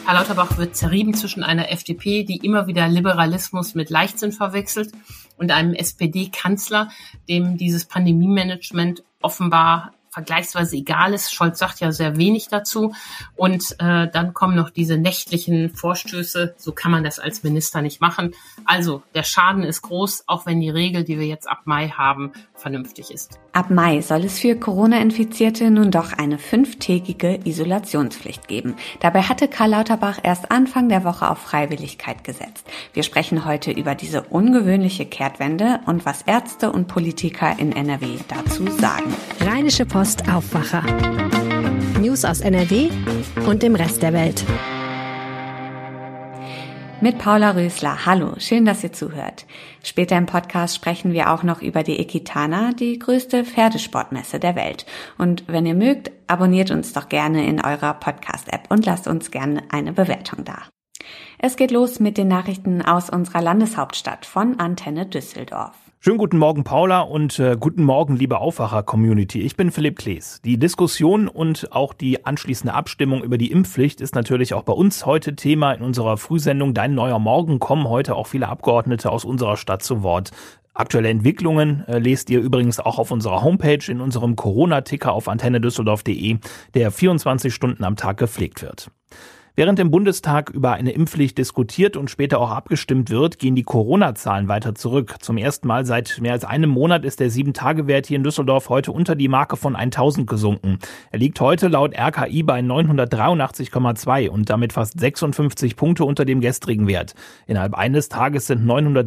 Karl Lauterbach wird zerrieben zwischen einer FDP, die immer wieder Liberalismus mit Leichtsinn verwechselt, und einem SPD-Kanzler, dem dieses Pandemie-Management offenbar vergleichsweise egal ist. Scholz sagt ja sehr wenig dazu. Und dann kommen noch diese nächtlichen Vorstöße. So kann man das als Minister nicht machen. Also der Schaden ist groß, auch wenn die Regel, die wir jetzt ab Mai haben, vernünftig ist. Ab Mai soll es für Corona-Infizierte nun doch eine 5-tägige Isolationspflicht geben. Dabei hatte Karl Lauterbach erst Anfang der Woche auf Freiwilligkeit gesetzt. Wir sprechen heute über diese ungewöhnliche Kehrtwende und was Ärzte und Politiker in NRW dazu sagen. Rheinische Post Aufwacher. News aus NRW und dem Rest der Welt. Mit Paula Rösler. Hallo, schön, dass ihr zuhört. Später im Podcast sprechen wir auch noch über die Equitana, die größte Pferdesportmesse der Welt. Und wenn ihr mögt, abonniert uns doch gerne in eurer Podcast-App und lasst uns gerne eine Bewertung da. Es geht los mit den Nachrichten aus unserer Landeshauptstadt von Antenne Düsseldorf. Schönen guten Morgen, Paula, und guten Morgen, liebe Aufwacher-Community. Ich bin Philipp Klees. Die Diskussion und auch die anschließende Abstimmung über die Impfpflicht ist natürlich auch bei uns heute Thema in unserer Frühsendung Dein neuer Morgen. Kommen heute auch viele Abgeordnete aus unserer Stadt zu Wort. Aktuelle Entwicklungen lest ihr übrigens auch auf unserer Homepage in unserem Corona-Ticker auf antennedüsseldorf.de, der 24 Stunden am Tag gepflegt wird. Während im Bundestag über eine Impfpflicht diskutiert und später auch abgestimmt wird, gehen die Corona-Zahlen weiter zurück. Zum ersten Mal seit mehr als einem Monat ist der 7-Tage-Wert hier in Düsseldorf heute unter die Marke von 1000 gesunken. Er liegt heute laut RKI bei 983,2 und damit fast 56 Punkte unter dem gestrigen Wert. Innerhalb eines Tages sind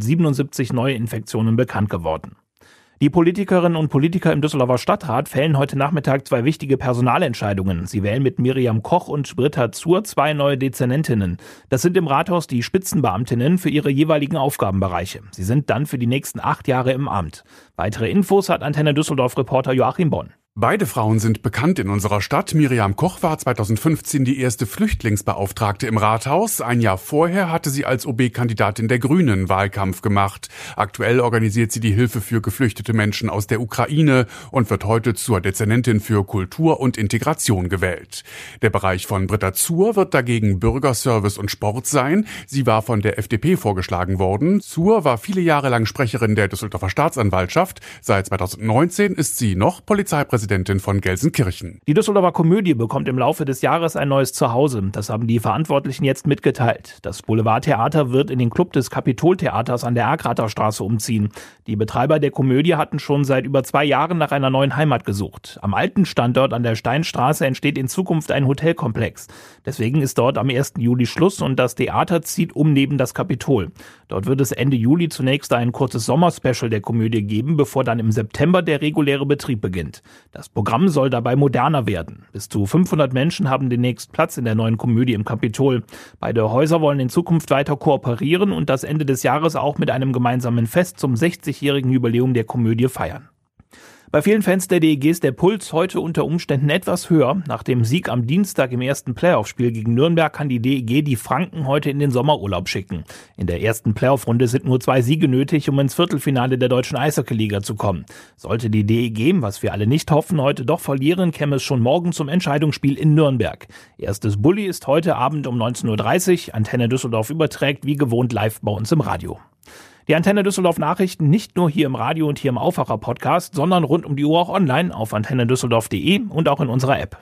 977 neue Infektionen bekannt geworden. Die Politikerinnen und Politiker im Düsseldorfer Stadtrat fällen heute Nachmittag 2 wichtige Personalentscheidungen. Sie wählen mit Miriam Koch und Britta Zur 2 neue Dezernentinnen. Das sind im Rathaus die Spitzenbeamtinnen für ihre jeweiligen Aufgabenbereiche. Sie sind dann für die nächsten 8 Jahre im Amt. Weitere Infos hat Antenne Düsseldorf-Reporter Joachim Bonn. Beide Frauen sind bekannt in unserer Stadt. Miriam Koch war 2015 die erste Flüchtlingsbeauftragte im Rathaus. Ein Jahr vorher hatte sie als OB-Kandidatin der Grünen Wahlkampf gemacht. Aktuell organisiert sie die Hilfe für geflüchtete Menschen aus der Ukraine und wird heute zur Dezernentin für Kultur und Integration gewählt. Der Bereich von Britta Zur wird dagegen Bürgerservice und Sport sein. Sie war von der FDP vorgeschlagen worden. Zur war viele Jahre lang Sprecherin der Düsseldorfer Staatsanwaltschaft. Seit 2019 ist sie noch Polizeipräsidentin von Gelsenkirchen. Die Düsseldorfer Komödie bekommt im Laufe des Jahres ein neues Zuhause. Das haben die Verantwortlichen jetzt mitgeteilt. Das Boulevardtheater wird in den Club des Kapitoltheaters an der Erkrater Straße umziehen. Die Betreiber der Komödie hatten schon seit über 2 Jahren nach einer neuen Heimat gesucht. Am alten Standort an der Steinstraße entsteht in Zukunft ein Hotelkomplex. Deswegen ist dort am 1. Juli Schluss und das Theater zieht um neben das Kapitol. Dort wird es Ende Juli zunächst ein kurzes Sommerspecial der Komödie geben, bevor dann im September der reguläre Betrieb beginnt. Das Programm soll dabei moderner werden. Bis zu 500 Menschen haben demnächst Platz in der neuen Komödie im Kapitol. Beide Häuser wollen in Zukunft weiter kooperieren und das Ende des Jahres auch mit einem gemeinsamen Fest zum 60-jährigen Jubiläum der Komödie feiern. Bei vielen Fans der DEG ist der Puls heute unter Umständen etwas höher. Nach dem Sieg am Dienstag im ersten Playoff-Spiel gegen Nürnberg kann die DEG die Franken heute in den Sommerurlaub schicken. In der ersten Playoff-Runde sind nur 2 Siege nötig, um ins Viertelfinale der deutschen Eishockey-Liga zu kommen. Sollte die DEG, was wir alle nicht hoffen, heute doch verlieren, käme es schon morgen zum Entscheidungsspiel in Nürnberg. Erstes Bulli ist heute Abend um 19.30 Uhr. Antenne Düsseldorf überträgt wie gewohnt live bei uns im Radio. Die Antenne Düsseldorf Nachrichten nicht nur hier im Radio und hier im Aufwacher-Podcast, sondern rund um die Uhr auch online auf antennedüsseldorf.de und auch in unserer App.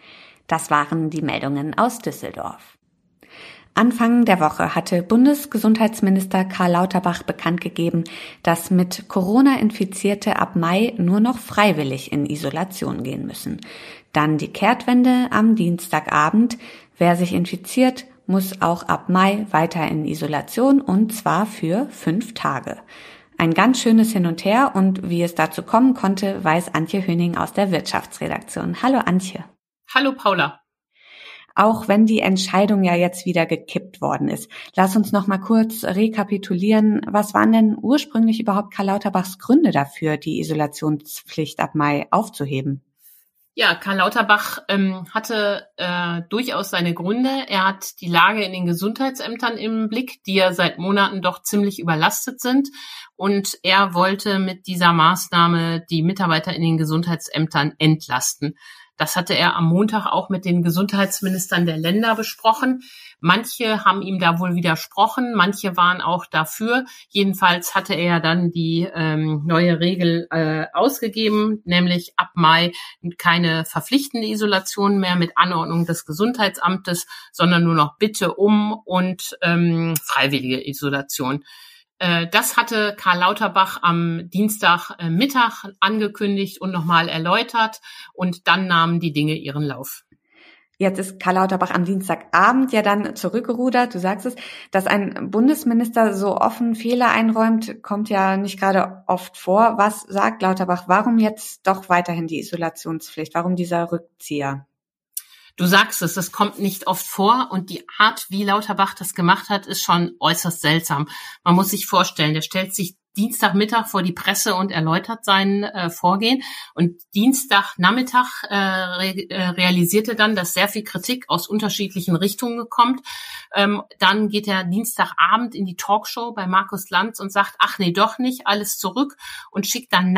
Das waren die Meldungen aus Düsseldorf. Anfang der Woche hatte Bundesgesundheitsminister Karl Lauterbach bekannt gegeben, dass mit Corona Infizierte ab Mai nur noch freiwillig in Isolation gehen müssen. Dann die Kehrtwende am Dienstagabend. Wer sich infiziert, muss auch ab Mai weiter in Isolation und zwar für 5 Tage. Ein ganz schönes Hin und Her und wie es dazu kommen konnte, weiß Antje Höning aus der Wirtschaftsredaktion. Hallo Antje. Hallo Paula. Auch wenn die Entscheidung ja jetzt wieder gekippt worden ist. Lass uns noch mal kurz rekapitulieren. Was waren denn ursprünglich überhaupt Karl Lauterbachs Gründe dafür, die Isolationspflicht ab Mai aufzuheben? Ja, Karl Lauterbach hatte durchaus seine Gründe. Er hat die Lage in den Gesundheitsämtern im Blick, die ja seit Monaten doch ziemlich überlastet sind. Und er wollte mit dieser Maßnahme die Mitarbeiter in den Gesundheitsämtern entlasten. Das hatte er am Montag auch mit den Gesundheitsministern der Länder besprochen. Manche haben ihm da wohl widersprochen, manche waren auch dafür. Jedenfalls hatte er dann die neue Regel ausgegeben, nämlich ab Mai keine verpflichtende Isolation mehr mit Anordnung des Gesundheitsamtes, sondern nur noch Bitte um und freiwillige Isolation. Das hatte Karl Lauterbach am Dienstagmittag angekündigt und nochmal erläutert und dann nahmen die Dinge ihren Lauf. Jetzt ist Karl Lauterbach am Dienstagabend ja dann zurückgerudert. Du sagst es, dass ein Bundesminister so offen Fehler einräumt, kommt ja nicht gerade oft vor. Was sagt Lauterbach? Warum jetzt doch weiterhin die Isolationspflicht? Warum dieser Rückzieher? Du sagst es, das kommt nicht oft vor und die Art, wie Lauterbach das gemacht hat, ist schon äußerst seltsam. Man muss sich vorstellen, der stellt sich Dienstagmittag vor die Presse und erläutert sein Vorgehen. Und Dienstagnachmittag realisierte dann, dass sehr viel Kritik aus unterschiedlichen Richtungen kommt. Dann geht er Dienstagabend in die Talkshow bei Markus Lanz und sagt, ach nee, doch nicht, alles zurück und schickt dann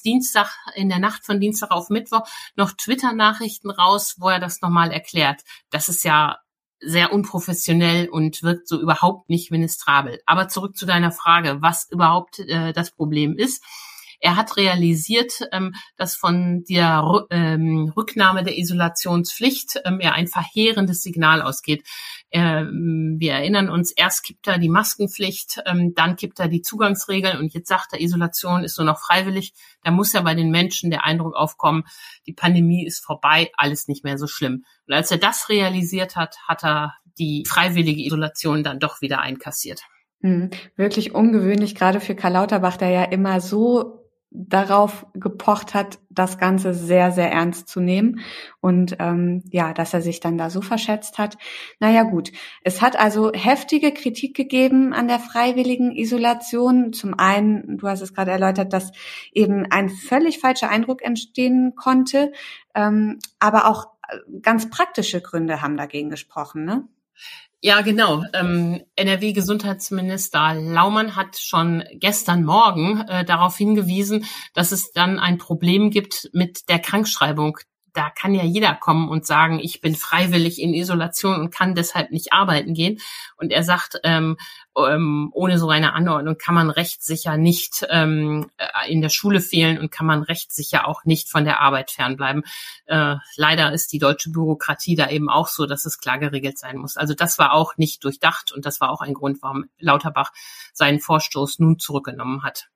in der Nacht von Dienstag auf Mittwoch noch Twitter-Nachrichten raus, wo er das nochmal erklärt. Das ist ja sehr unprofessionell und wirkt so überhaupt nicht ministrabel. Aber zurück zu deiner Frage, was überhaupt das Problem ist. Er hat realisiert, dass von der Rücknahme der Isolationspflicht ein verheerendes Signal ausgeht. Wir erinnern uns, erst kippt er die Maskenpflicht, dann kippt er die Zugangsregeln und jetzt sagt er, Isolation ist nur noch freiwillig. Da muss ja bei den Menschen der Eindruck aufkommen, die Pandemie ist vorbei, alles nicht mehr so schlimm. Und als er das realisiert hat, hat er die freiwillige Isolation dann doch wieder einkassiert. Wirklich ungewöhnlich, gerade für Karl Lauterbach, der ja immer so darauf gepocht hat, das Ganze sehr, sehr ernst zu nehmen und dass er sich dann da so verschätzt hat. Naja gut, es hat also heftige Kritik gegeben an der freiwilligen Isolation. Zum einen, du hast es gerade erläutert, dass eben ein völlig falscher Eindruck entstehen konnte, aber auch ganz praktische Gründe haben dagegen gesprochen, ne? Ja, genau. NRW-Gesundheitsminister Laumann hat schon gestern Morgen darauf hingewiesen, dass es dann ein Problem gibt mit der Krankschreibung. Da kann ja jeder kommen und sagen, ich bin freiwillig in Isolation und kann deshalb nicht arbeiten gehen. Und er sagt, ohne so eine Anordnung kann man rechtssicher nicht in der Schule fehlen und kann man rechtssicher auch nicht von der Arbeit fernbleiben. Leider ist die deutsche Bürokratie da eben auch so, dass es klar geregelt sein muss. Also das war auch nicht durchdacht und das war auch ein Grund, warum Lauterbach seinen Vorstoß nun zurückgenommen hat.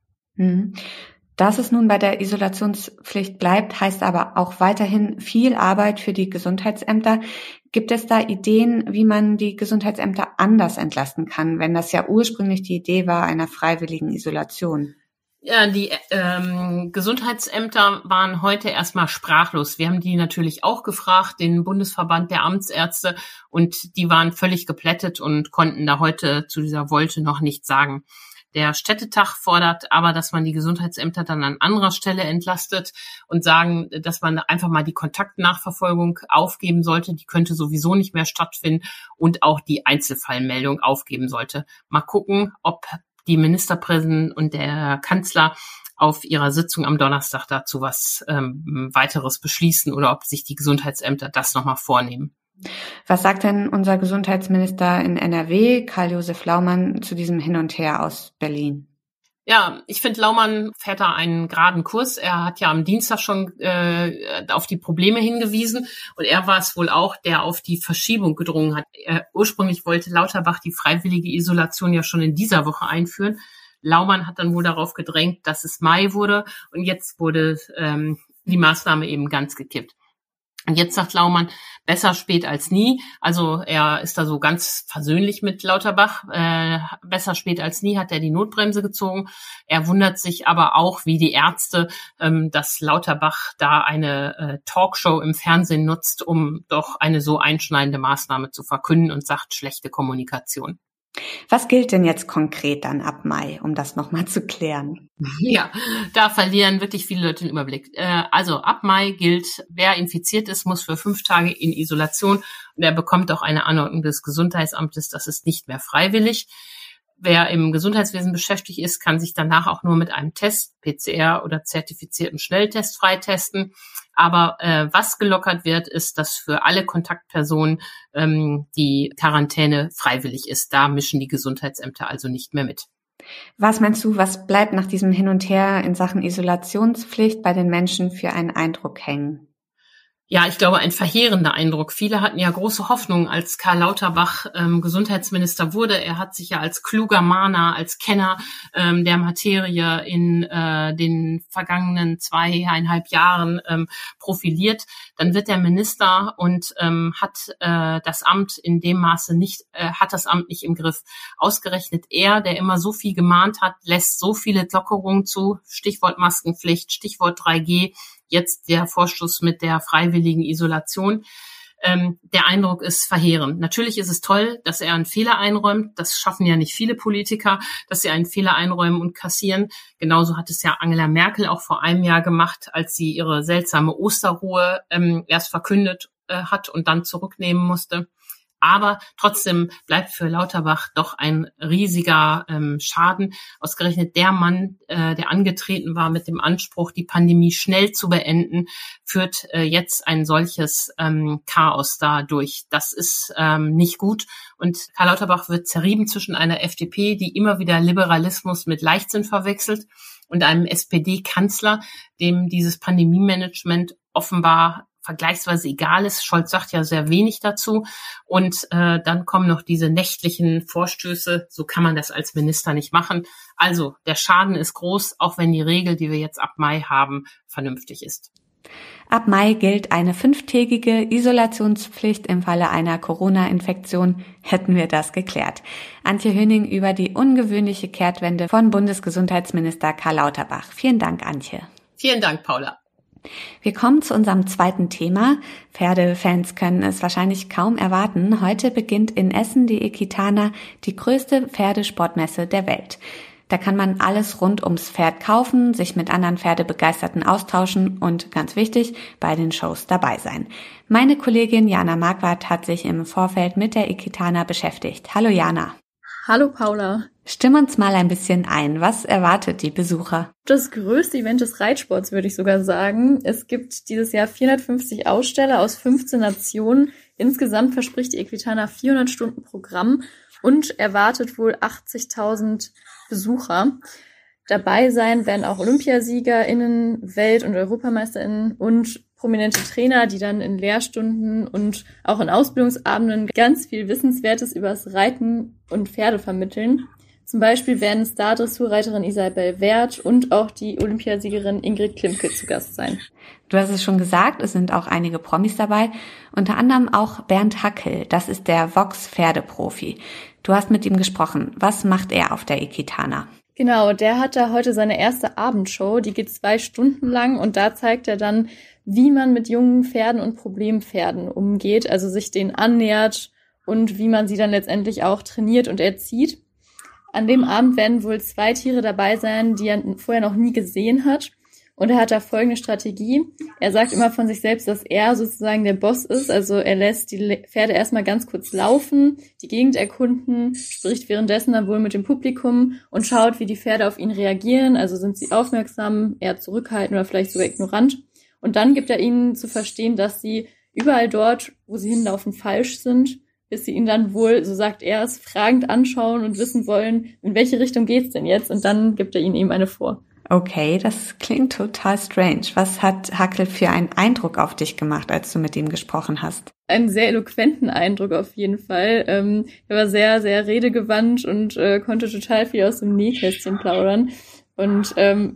Dass es nun bei der Isolationspflicht bleibt, heißt aber auch weiterhin viel Arbeit für die Gesundheitsämter. Gibt es da Ideen, wie man die Gesundheitsämter anders entlasten kann, wenn das ja ursprünglich die Idee war einer freiwilligen Isolation? Ja, die Gesundheitsämter waren heute erstmal sprachlos. Wir haben die natürlich auch gefragt, den Bundesverband der Amtsärzte, und die waren völlig geplättet und konnten da heute zu dieser Wolte noch nichts sagen. Der Städtetag fordert aber, dass man die Gesundheitsämter dann an anderer Stelle entlastet und sagen, dass man einfach mal die Kontaktnachverfolgung aufgeben sollte. Die könnte sowieso nicht mehr stattfinden und auch die Einzelfallmeldung aufgeben sollte. Mal gucken, ob die Ministerpräsidentin und der Kanzler auf ihrer Sitzung am Donnerstag dazu was weiteres beschließen oder ob sich die Gesundheitsämter das nochmal vornehmen. Was sagt denn unser Gesundheitsminister in NRW, Karl-Josef Laumann, zu diesem Hin und Her aus Berlin? Ja, ich finde, Laumann fährt da einen geraden Kurs. Er hat ja am Dienstag schon auf die Probleme hingewiesen und er war es wohl auch, der auf die Verschiebung gedrungen hat. Ursprünglich wollte Lauterbach die freiwillige Isolation ja schon in dieser Woche einführen. Laumann hat dann wohl darauf gedrängt, dass es Mai wurde und jetzt wurde die Maßnahme eben ganz gekippt. Und jetzt sagt Laumann, besser spät als nie. Also er ist da so ganz versöhnlich mit Lauterbach. Besser spät als nie hat er die Notbremse gezogen. Er wundert sich aber auch, wie die Ärzte, dass Lauterbach da eine Talkshow im Fernsehen nutzt, um doch eine so einschneidende Maßnahme zu verkünden, und sagt, schlechte Kommunikation. Was gilt denn jetzt konkret dann ab Mai, um das nochmal zu klären? Ja, da verlieren wirklich viele Leute den Überblick. Also ab Mai gilt, wer infiziert ist, muss für 5 Tage in Isolation und er bekommt auch eine Anordnung des Gesundheitsamtes, das ist nicht mehr freiwillig. Wer im Gesundheitswesen beschäftigt ist, kann sich danach auch nur mit einem Test, PCR oder zertifizierten Schnelltest freitesten. Aber was gelockert wird, ist, dass für alle Kontaktpersonen die Quarantäne freiwillig ist. Da mischen die Gesundheitsämter also nicht mehr mit. Was meinst du, was bleibt nach diesem Hin und Her in Sachen Isolationspflicht bei den Menschen für einen Eindruck hängen? Ja, ich glaube, ein verheerender Eindruck. Viele hatten ja große Hoffnung, als Karl Lauterbach Gesundheitsminister wurde. Er hat sich ja als kluger Mahner, als Kenner der Materie in den vergangenen 2,5 Jahren profiliert. Dann wird er Minister und hat das Amt in dem Maße nicht, hat das Amt nicht im Griff. Ausgerechnet er, der immer so viel gemahnt hat, lässt so viele Lockerungen zu. Stichwort Maskenpflicht, Stichwort 3G. Jetzt der Vorstoß mit der freiwilligen Isolation. Der Eindruck ist verheerend. Natürlich ist es toll, dass er einen Fehler einräumt. Das schaffen ja nicht viele Politiker, dass sie einen Fehler einräumen und kassieren. Genauso hat es ja Angela Merkel auch vor einem Jahr gemacht, als sie ihre seltsame Osterruhe erst verkündet hat und dann zurücknehmen musste. Aber trotzdem bleibt für Lauterbach doch ein riesiger Schaden. Ausgerechnet der Mann, der angetreten war mit dem Anspruch, die Pandemie schnell zu beenden, führt jetzt ein solches Chaos da durch. Das ist nicht gut. Und Karl Lauterbach wird zerrieben zwischen einer FDP, die immer wieder Liberalismus mit Leichtsinn verwechselt, und einem SPD-Kanzler, dem dieses Pandemie-Management offenbar vergleichsweise egal ist. Scholz sagt ja sehr wenig dazu. Und dann kommen noch diese nächtlichen Vorstöße. So kann man das als Minister nicht machen. Also der Schaden ist groß, auch wenn die Regel, die wir jetzt ab Mai haben, vernünftig ist. Ab Mai gilt eine 5-tägige Isolationspflicht im Falle einer Corona-Infektion. Hätten wir das geklärt. Antje Höning über die ungewöhnliche Kehrtwende von Bundesgesundheitsminister Karl Lauterbach. Vielen Dank, Antje. Vielen Dank, Paula. Wir kommen zu unserem zweiten Thema. Pferdefans können es wahrscheinlich kaum erwarten. Heute beginnt in Essen die Equitana, die größte Pferdesportmesse der Welt. Da kann man alles rund ums Pferd kaufen, sich mit anderen Pferdebegeisterten austauschen und, ganz wichtig, bei den Shows dabei sein. Meine Kollegin Jana Marquardt hat sich im Vorfeld mit der Equitana beschäftigt. Hallo Jana. Hallo Paula. Stimm uns mal ein bisschen ein. Was erwartet die Besucher? Das größte Event des Reitsports, würde ich sogar sagen. Es gibt dieses Jahr 450 Aussteller aus 15 Nationen. Insgesamt verspricht die Equitana 400 Stunden Programm und erwartet wohl 80.000 Besucher. Dabei sein werden auch OlympiasiegerInnen, Welt- und EuropameisterInnen und prominente Trainer, die dann in Lehrstunden und auch in Ausbildungsabenden ganz viel Wissenswertes über das Reiten und Pferde vermitteln. Zum Beispiel werden Star-Dressurreiterin Isabel Wert und auch die Olympiasiegerin Ingrid Klimke zu Gast sein. Du hast es schon gesagt, es sind auch einige Promis dabei, unter anderem auch Bernd Hackel, das ist der Vox-Pferdeprofi. Du hast mit ihm gesprochen. Was macht er auf der Equitana? Genau, der hat da heute seine erste Abendshow, die geht 2 Stunden lang und da zeigt er dann, wie man mit jungen Pferden und Problempferden umgeht, also sich denen annähert und wie man sie dann letztendlich auch trainiert und erzieht. An dem Abend werden wohl 2 Tiere dabei sein, die er vorher noch nie gesehen hat. Und er hat da folgende Strategie. Er sagt immer von sich selbst, dass er sozusagen der Boss ist. Also er lässt die Pferde erstmal ganz kurz laufen, die Gegend erkunden, spricht währenddessen dann wohl mit dem Publikum und schaut, wie die Pferde auf ihn reagieren. Also sind sie aufmerksam, eher zurückhaltend oder vielleicht sogar ignorant. Und dann gibt er ihnen zu verstehen, dass sie überall dort, wo sie hinlaufen, falsch sind, bis sie ihn dann wohl, so sagt er es, fragend anschauen und wissen wollen, in welche Richtung geht's denn jetzt? Und dann gibt er ihnen eben eine vor. Okay, das klingt total strange. Was hat Hackel für einen Eindruck auf dich gemacht, als du mit ihm gesprochen hast? Einen sehr eloquenten Eindruck auf jeden Fall. Er war sehr, sehr redegewandt und konnte total viel aus dem Nähkästchen plaudern. Und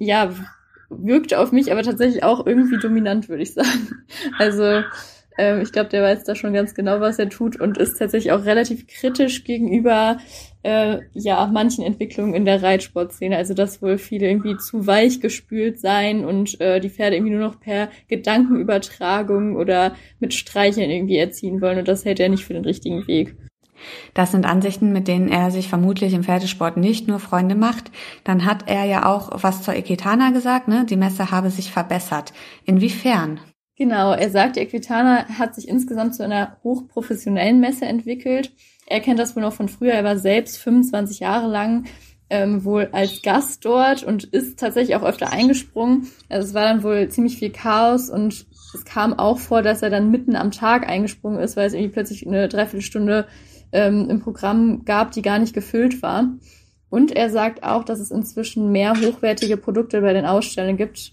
wirkte auf mich aber tatsächlich auch irgendwie dominant, würde ich sagen. Also ich glaube, der weiß da schon ganz genau, was er tut und ist tatsächlich auch relativ kritisch gegenüber manchen Entwicklungen in der Reitsportszene. Also dass wohl viele irgendwie zu weich gespült seien und die Pferde irgendwie nur noch per Gedankenübertragung oder mit Streicheln irgendwie erziehen wollen. Und das hält er nicht für den richtigen Weg. Das sind Ansichten, mit denen er sich vermutlich im Pferdesport nicht nur Freunde macht. Dann hat er ja auch was zur Equitana gesagt, ne? Die Messe habe sich verbessert. Inwiefern? Genau, er sagt, die Equitana hat sich insgesamt zu einer hochprofessionellen Messe entwickelt. Er kennt das wohl noch von früher, er war selbst 25 Jahre lang wohl als Gast dort und ist tatsächlich auch öfter eingesprungen. Also es war dann wohl ziemlich viel Chaos und es kam auch vor, dass er dann mitten am Tag eingesprungen ist, weil es irgendwie plötzlich eine Dreiviertelstunde im Programm gab, die gar nicht gefüllt war. Und er sagt auch, dass es inzwischen mehr hochwertige Produkte bei den Ausstellungen gibt.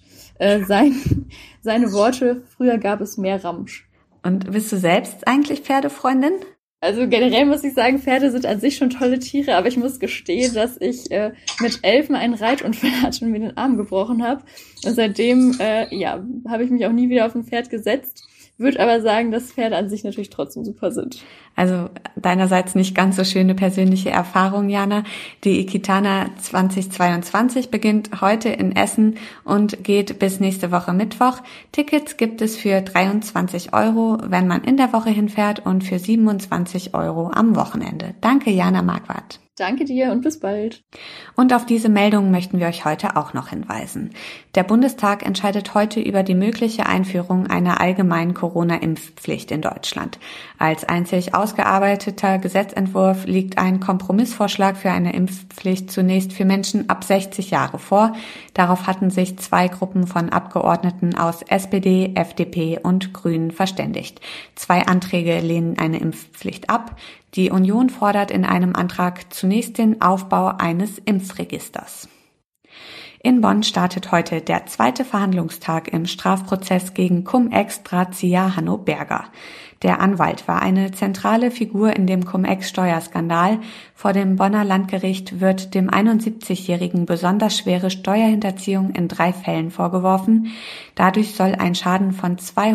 Seine Worte, früher gab es mehr Ramsch. Und bist du selbst eigentlich Pferdefreundin? Also generell muss ich sagen, Pferde sind an sich schon tolle Tiere, aber ich muss gestehen, dass ich mit 11 einen Reitunfall hatte und mir den Arm gebrochen habe. Und seitdem habe ich mich auch nie wieder auf ein Pferd gesetzt. Würde aber sagen, dass Pferde an sich natürlich trotzdem super sind. Also deinerseits nicht ganz so schöne persönliche Erfahrung, Jana. Die Equitana 2022 beginnt heute in Essen und geht bis nächste Woche Mittwoch. Tickets gibt es für 23 €, wenn man in der Woche hinfährt, und für 27 € am Wochenende. Danke, Jana Marquardt. Danke dir und bis bald. Und auf diese Meldung möchten wir euch heute auch noch hinweisen. Der Bundestag entscheidet heute über die mögliche Einführung einer allgemeinen Corona-Impfpflicht in Deutschland. Als einzig ausgearbeiteter Gesetzentwurf liegt ein Kompromissvorschlag für eine Impfpflicht zunächst für Menschen ab 60 Jahre vor. Darauf hatten sich 2 Gruppen von Abgeordneten aus SPD, FDP und Grünen verständigt. 2 Anträge lehnen eine Impfpflicht ab. Die Union fordert in einem Antrag zunächst den Aufbau eines Impfregisters. In Bonn startet heute der 2. Verhandlungstag im Strafprozess gegen Cum-Ex-Drahtzieher Hanno Berger. Der Anwalt war eine zentrale Figur in dem Cum-Ex-Steuerskandal. Vor dem Bonner Landgericht wird dem 71-Jährigen besonders schwere Steuerhinterziehung in 3 Fällen vorgeworfen. Dadurch soll ein Schaden von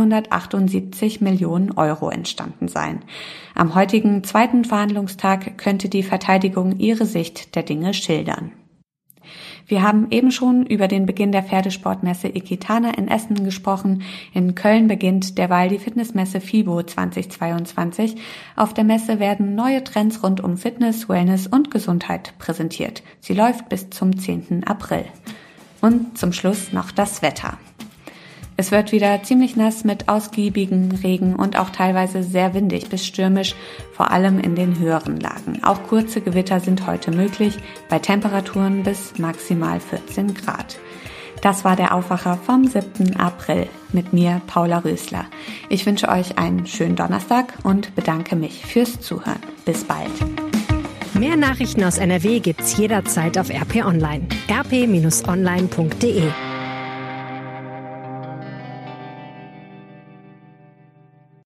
278 Millionen € entstanden sein. Am heutigen 2. Verhandlungstag könnte die Verteidigung ihre Sicht der Dinge schildern. Wir haben eben schon über den Beginn der Pferdesportmesse Equitana in Essen gesprochen. In Köln beginnt derweil die Fitnessmesse FIBO 2022. Auf der Messe werden neue Trends rund um Fitness, Wellness und Gesundheit präsentiert. Sie läuft bis zum 10. April. Und zum Schluss noch das Wetter. Es wird wieder ziemlich nass mit ausgiebigem Regen und auch teilweise sehr windig bis stürmisch, vor allem in den höheren Lagen. Auch kurze Gewitter sind heute möglich, bei Temperaturen bis maximal 14 Grad. Das war der Aufwacher vom 7. April mit mir, Paula Rösler. Ich wünsche euch einen schönen Donnerstag und bedanke mich fürs Zuhören. Bis bald. Mehr Nachrichten aus NRW gibt's jederzeit auf RP Online. rp-online.de